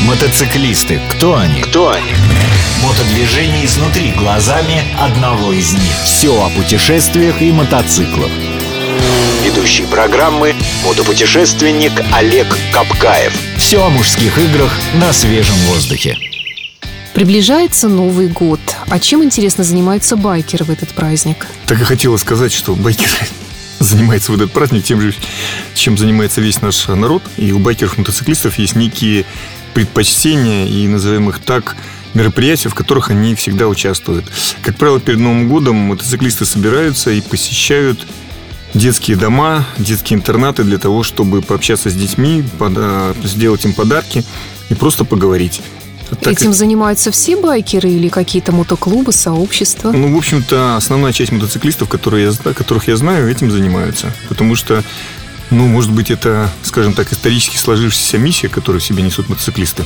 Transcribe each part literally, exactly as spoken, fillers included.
Мотоциклисты. Кто они? Кто они? Мотодвижение изнутри глазами одного из них. Все о путешествиях и мотоциклах. Ведущий программы — мотопутешественник Олег Капкаев. Все о мужских играх на свежем воздухе. Приближается Новый год. А чем, интересно, занимаются байкеры в этот праздник? Так и хотела сказать, что байкеры занимаются в этот праздник тем же, чем занимается весь наш народ. И у байкеров-мотоциклистов есть некие предпочтения и, назовем их так, мероприятия, в которых они всегда участвуют. Как правило, перед Новым годом мотоциклисты собираются и посещают детские дома, детские интернаты для того, чтобы пообщаться с детьми, пода- сделать им подарки и просто поговорить. Так Этим и... занимаются все байкеры или какие-то мотоклубы, сообщества? Ну, в общем-то, основная часть мотоциклистов, которые я, которых я знаю, этим занимаются. Потому что, ну, может быть, это, скажем так, исторически сложившаяся миссия, которую в себе несут мотоциклисты.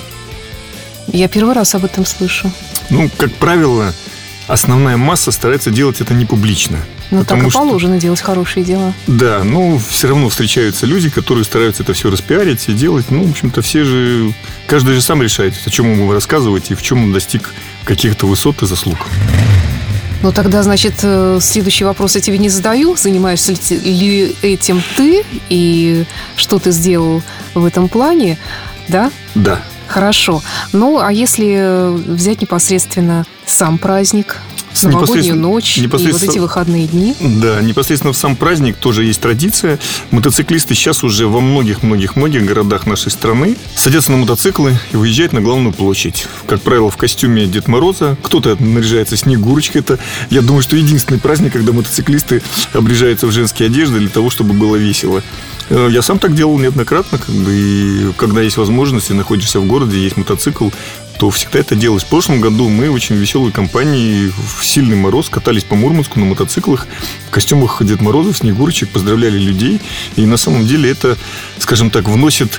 Я первый раз об этом слышу. Ну, как правило, основная масса старается делать это не публично. Ну, так и что... положено делать хорошие дела. Да, но все равно встречаются люди, которые стараются это все распиарить и делать. Ну, в общем-то, все же... Каждый же сам решает, о чем ему рассказывать и в чем он достиг каких-то высот и заслуг. Ну, тогда, значит, следующий вопрос я тебе не задаю. Занимаешься ли этим ты? И что ты сделал в этом плане? Да? Да. Хорошо. Ну, а если взять непосредственно сам праздник, новогоднюю ночь и вот эти выходные дни? Да, непосредственно в сам праздник тоже есть традиция. Мотоциклисты сейчас уже во многих-многих-многих городах нашей страны садятся на мотоциклы и выезжают на главную площадь. Как правило, в костюме Дед Мороза. Кто-то наряжается Снегурочкой. Это, я думаю, что единственный праздник, когда мотоциклисты обряжаются в женские одежды для того, чтобы было весело. Я сам так делал неоднократно, как бы, и когда есть возможность, и находишься в городе, есть мотоцикл, то всегда это делаешь. В прошлом году мы очень веселой компанией в сильный мороз катались по Мурманску на мотоциклах в костюмах Дед Морозов, Снегурочек, поздравляли людей. И на самом деле это, скажем так, вносит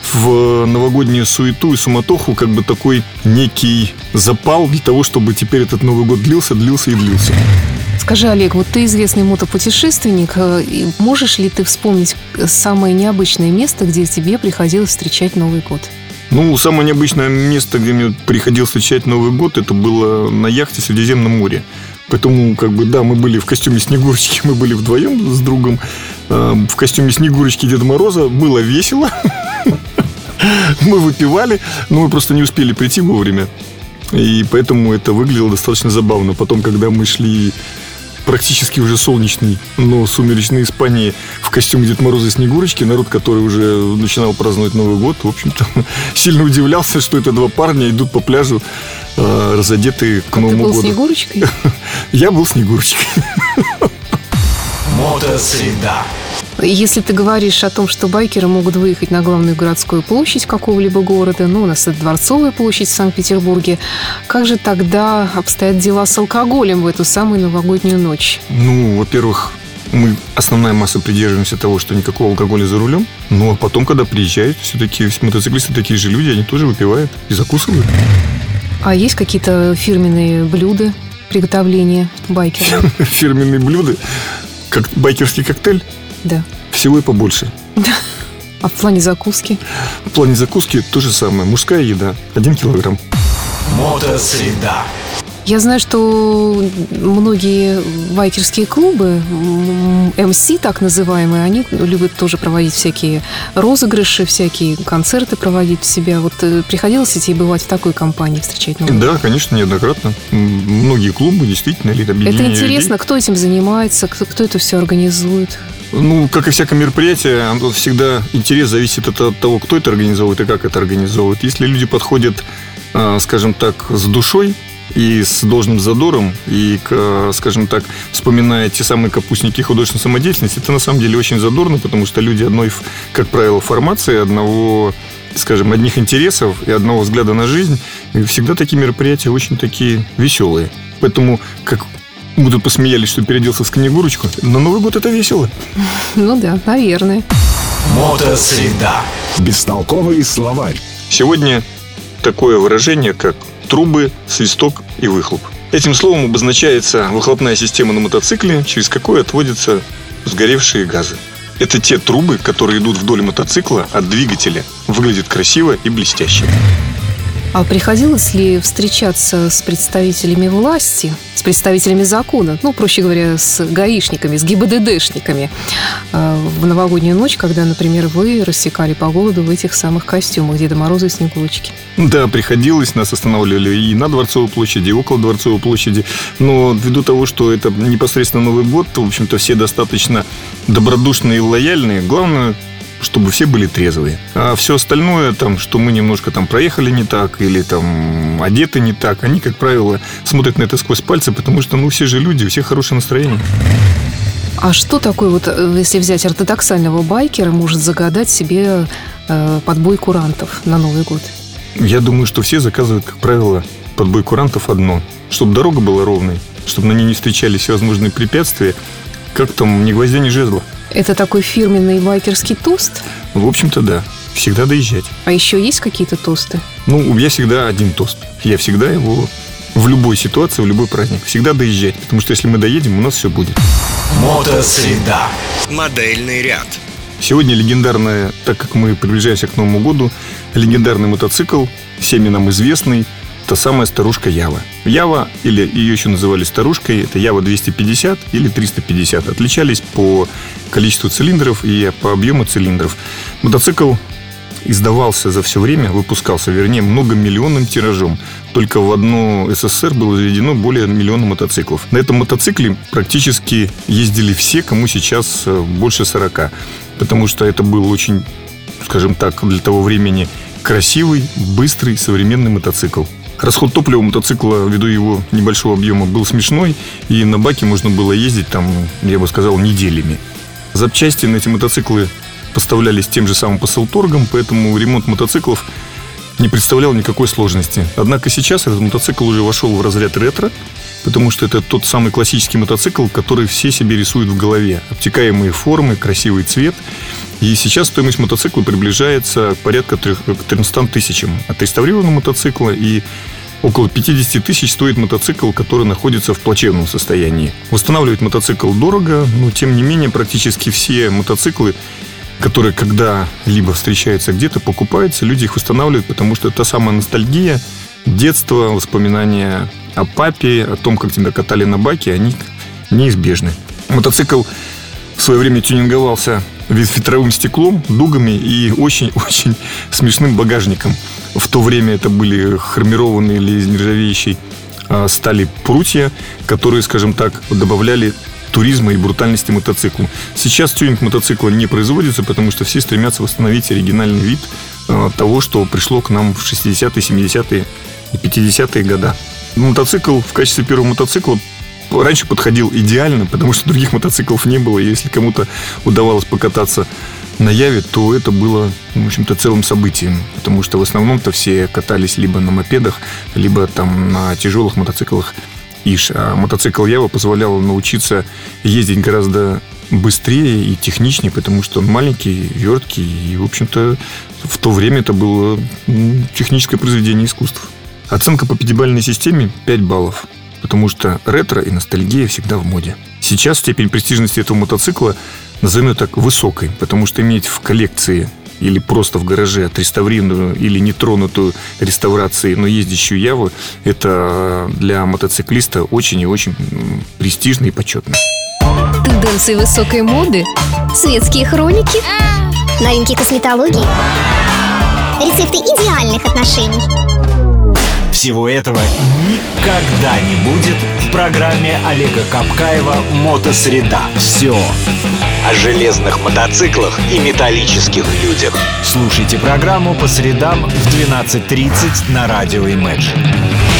в новогоднюю суету и суматоху как бы такой некий запал для того, чтобы теперь этот Новый год длился, длился и длился. Скажи, Олег, вот ты известный мотопутешественник. Можешь ли ты вспомнить самое необычное место, где тебе приходилось встречать Новый год? Ну, самое необычное место, где мне приходилось встречать Новый год, это было на яхте в Средиземном море. Поэтому, как бы, да, мы были в костюме Снегурочки, мы были вдвоем с другом. В костюме Снегурочки и Деда Мороза было весело. Мы выпивали, но мы просто не успели прийти вовремя. И поэтому это выглядело достаточно забавно. Потом, когда мы шли практически уже солнечный, но сумеречной Испании в костюме Дед Мороза и Снегурочки, народ, который уже начинал праздновать Новый год, в общем-то, сильно удивлялся, что это два парня идут по пляжу, э, разодетые к а Новому году. Ты был Снегурочкой? Я был Снегурочкой. Мотосреда. Если ты говоришь о том, что байкеры могут выехать на главную городскую площадь какого-либо города, ну, у нас это Дворцовая площадь в Санкт-Петербурге, как же тогда обстоят дела с алкоголем в эту самую новогоднюю ночь? Ну, во-первых, мы основная масса придерживаемся того, что никакого алкоголя за рулем. Ну, а потом, когда приезжают, все-таки мотоциклисты такие же люди, они тоже выпивают и закусывают. А есть какие-то фирменные блюда приготовления байкеров? Фирменные блюда? Как байкерский коктейль? Да. Всего и побольше. А в плане закуски? В плане закуски то же самое. Мужская еда. Один килограмм. Мотосреда. Я знаю, что многие байкерские клубы, эм си так называемые, они любят тоже проводить всякие розыгрыши, всякие концерты проводить в себя. Вот приходилось ли тебе бывать в такой компании, встречать Новый год? Да, конечно, неоднократно. Многие клубы действительно или объединения Это интересно, людей. Кто этим занимается, кто, кто это все организует? Ну, как и всякое мероприятие, всегда интерес зависит от того, кто это организовывает и как это организовывает. Если люди подходят, скажем так, с душой и с должным задором, и, скажем так, вспоминая те самые капустники художественной самодеятельности, это на самом деле очень задорно, потому что люди одной, как правило, формации, одного, скажем, одних интересов и одного взгляда на жизнь, и всегда такие мероприятия очень такие веселые. Поэтому, как будут посмеялись, что переоделся в Снегурочку, на Новый год это весело. Ну да, наверное. Мотосреда. Бестолковый словарь. Сегодня такое выражение, как трубы, свисток и выхлоп. Этим словом обозначается выхлопная система на мотоцикле, через какую отводятся сгоревшие газы. Это те трубы, которые идут вдоль мотоцикла от двигателя. Выглядит красиво и блестяще. А приходилось ли встречаться с представителями власти, с представителями закона, ну, проще говоря, с гаишниками, с ГИБДДшниками в новогоднюю ночь, когда, например, вы рассекали по городу в этих самых костюмах Деда Мороза и Снегурочки? Да, приходилось. Нас останавливали и на Дворцовой площади, и около Дворцовой площади. Но ввиду того, что это непосредственно Новый год, то, в общем-то, все достаточно добродушные и лояльные. Главное, чтобы все были трезвые. А все остальное, там, что мы немножко там проехали не так или там одеты не так, они, как правило, смотрят на это сквозь пальцы, потому что, ну, все же люди, у всех хорошее настроение. А что такое, вот, если взять ортодоксального байкера, может загадать себе э, подбой курантов на Новый год? Я думаю, что все заказывают, как правило, подбой курантов одно. Чтобы дорога была ровной, чтобы на ней не встречались всевозможные препятствия, как там, ни гвоздя, ни жезла. Это такой фирменный байкерский тост? В общем-то, да. Всегда доезжать. А еще есть какие-то тосты? Ну, я всегда один тост. Я всегда его в любой ситуации, в любой праздник. Всегда доезжать. Потому что если мы доедем, у нас все будет. Мотосреда. Модельный ряд. Сегодня легендарная, так как мы приближаемся к Новому году, легендарный мотоцикл, всеми нам известный, та самая старушка Ява. Ява, или ее еще называли старушкой, это Ява двести пятьдесят или триста пятьдесят. Отличались по количеству цилиндров и по объему цилиндров. Мотоцикл издавался за все время, выпускался, вернее, многомиллионным тиражом. Только в одну СССР было заведено более миллиона мотоциклов. На этом мотоцикле практически ездили все, кому сейчас больше сорока. Потому что это был очень, скажем так, для того времени красивый, быстрый, современный мотоцикл. Расход топлива мотоцикла, ввиду его небольшого объема, был смешной. И на баке можно было ездить, там, я бы сказал, неделями. Запчасти на эти мотоциклы поставлялись тем же самым посылторгом, поэтому ремонт мотоциклов не представлял никакой сложности. Однако сейчас этот мотоцикл уже вошел в разряд ретро, потому что это тот самый классический мотоцикл, который все себе рисуют в голове. Обтекаемые формы, красивый цвет. И сейчас стоимость мотоцикла приближается порядка к трёмстам тысячам от реставрированного мотоцикла, и около пятьдесят тысяч стоит мотоцикл, который находится в плачевном состоянии. Восстанавливать мотоцикл дорого, но тем не менее практически все мотоциклы, которые когда-либо встречаются где-то, покупаются, люди их восстанавливают, потому что та самая ностальгия, детство, воспоминания о папе, о том, как тебя катали на баке, они неизбежны. Мотоцикл в свое время тюнинговался ветровым стеклом, дугами и очень-очень смешным багажником. В то время это были хромированные или из нержавеющей стали прутья, которые, скажем так, добавляли туризма и брутальности мотоциклу. Сейчас тюнинг мотоцикла не производится, потому что все стремятся восстановить оригинальный вид того, что пришло к нам в шестидесятые, семидесятые и пятидесятые годы. Мотоцикл в качестве первого мотоцикла раньше подходил идеально, потому что других мотоциклов не было. И если кому-то удавалось покататься на Яве, то это было, в общем-то, целым событием. Потому что в основном-то все катались либо на мопедах, либо там на тяжелых мотоциклах Иш. А мотоцикл Ява позволял научиться ездить гораздо быстрее и техничнее, потому что он маленький, верткий. И, в общем-то, в то время это было техническое произведение искусства. Оценка по пятибалльной системе пять баллов. Потому что ретро и ностальгия всегда в моде. Сейчас степень престижности этого мотоцикла, назовем ее так, высокой. Потому что иметь в коллекции или просто в гараже отреставрированную или нетронутую реставрацией, но ездящую Яву, это для мотоциклиста очень и очень престижно и почетно. Тенденции высокой моды, светские хроники, новинки косметологии, рецепты идеальных отношений. Всего этого никогда не будет в программе Олега Капкаева «Мотосреда». Все О железных мотоциклах и металлических людях. слушайте программу по средам в двенадцать тридцать на радио Imagine.